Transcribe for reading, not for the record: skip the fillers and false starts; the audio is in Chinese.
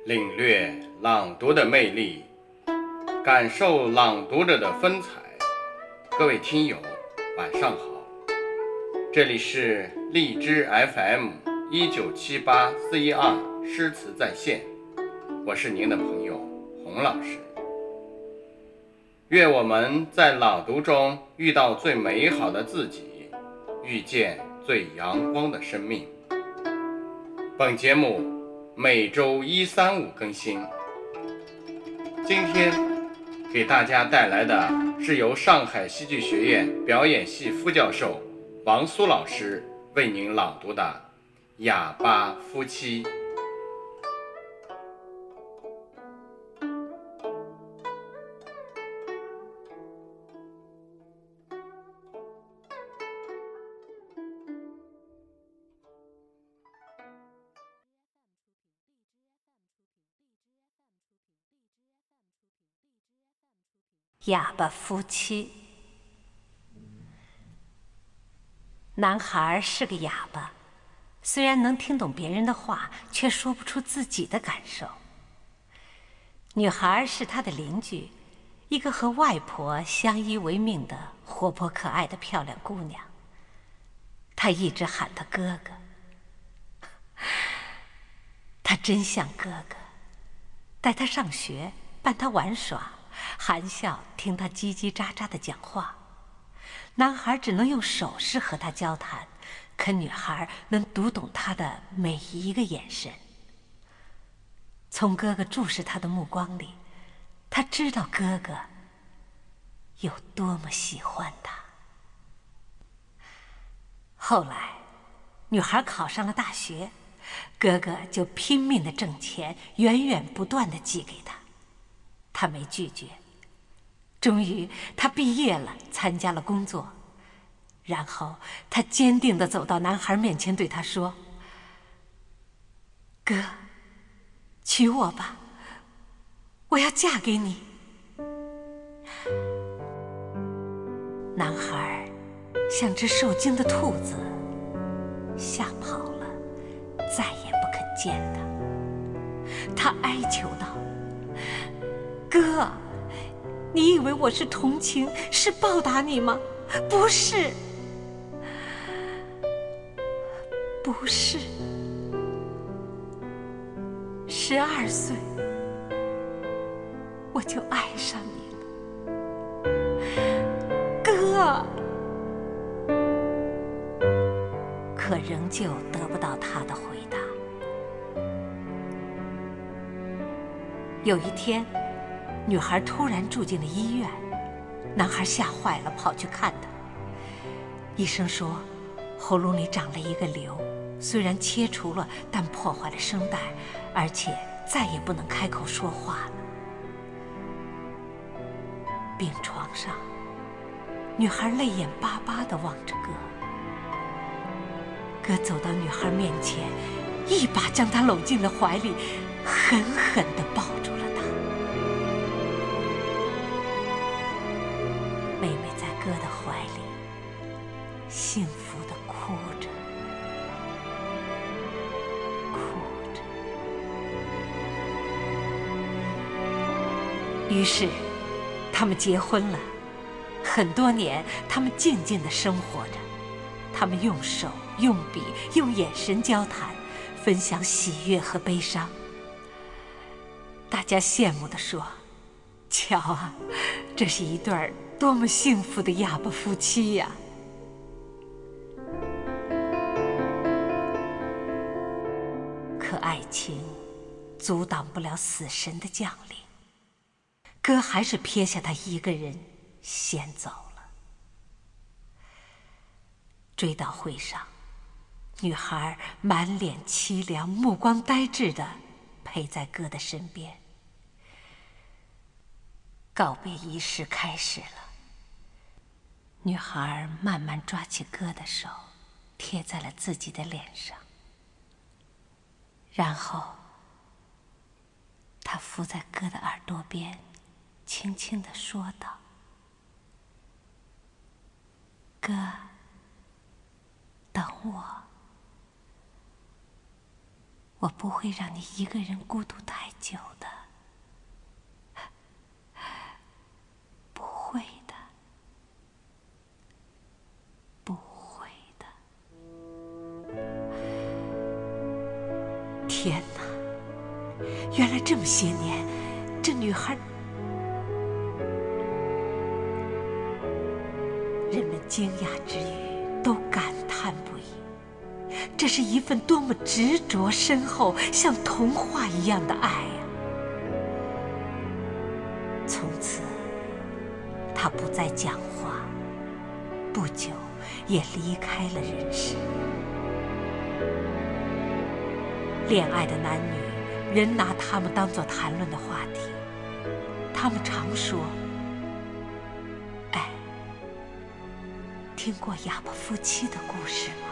领略朗读的魅力，感受朗读者的风采。各位听友，晚上好，这里是荔枝 FM1978412诗词在线，我是您的朋友洪老师。愿我们在朗读中遇到最美好的自己，遇见最阳光的生命。本节目每周1、3、5更新。今天给大家带来的是由上海戏剧学院表演系副教授王苏老师为您朗读的《哑巴夫妻》。 哑巴夫妻。男孩是个哑巴，虽然能听懂别人的话，却说不出自己的感受。女孩是他的邻居，一个和外婆相依为命的活泼可爱的漂亮姑娘。他一直喊她哥哥，他真像哥哥，带她上学，伴她玩耍，含笑听他叽叽喳喳地讲话。男孩只能用手势和他交谈，可女孩能读懂他的每一个眼神。从哥哥注视他的目光里，他知道哥哥有多么喜欢他。后来女孩考上了大学，哥哥就拼命地挣钱，源源不断地寄给他。他没拒绝。终于他毕业了，参加了工作，然后他坚定地走到男孩面前，对他说：哥，娶我吧，我要嫁给你。男孩像只受惊的兔子，吓跑了，再也不肯见他。他哀求道：哥，你以为我是同情，是报答你吗？不是，不是。12岁我就爱上你了，哥。可仍旧得不到他的回答。有一天，女孩突然住进了医院，男孩吓坏了，跑去看她。医生说，喉咙里长了一个瘤，虽然切除了，但破坏了声带，而且再也不能开口说话了。病床上，女孩泪眼巴巴地望着哥。哥走到女孩面前，一把将她搂进了怀里，狠狠地抱住了她。妹妹在哥的怀里幸福地哭着，哭着。于是他们结婚了。很多年，他们静静地生活着，他们用手、用笔、用眼神交谈，分享喜悦和悲伤。大家羡慕地说：瞧啊，这是一对多么幸福的哑巴夫妻呀！可爱情阻挡不了死神的降临，哥还是撇下他一个人先走了。追悼会上，女孩满脸凄凉，目光呆滞地陪在哥的身边。告别仪式开始了，女孩慢慢抓起哥的手，贴在了自己的脸上，然后她伏在哥的耳朵边，轻轻地说道：哥，等我。 我不会让你一个人孤独太久的，不会的，不会的。天哪！原来这么些年，这女孩……人们惊讶之余，都感叹不已。这是一份多么执着深厚，像童话一样的爱啊！从此，他不再讲话，不久也离开了人世。恋爱的男女，人拿他们当作谈论的话题。他们常说：“哎，听过哑巴夫妻的故事吗？”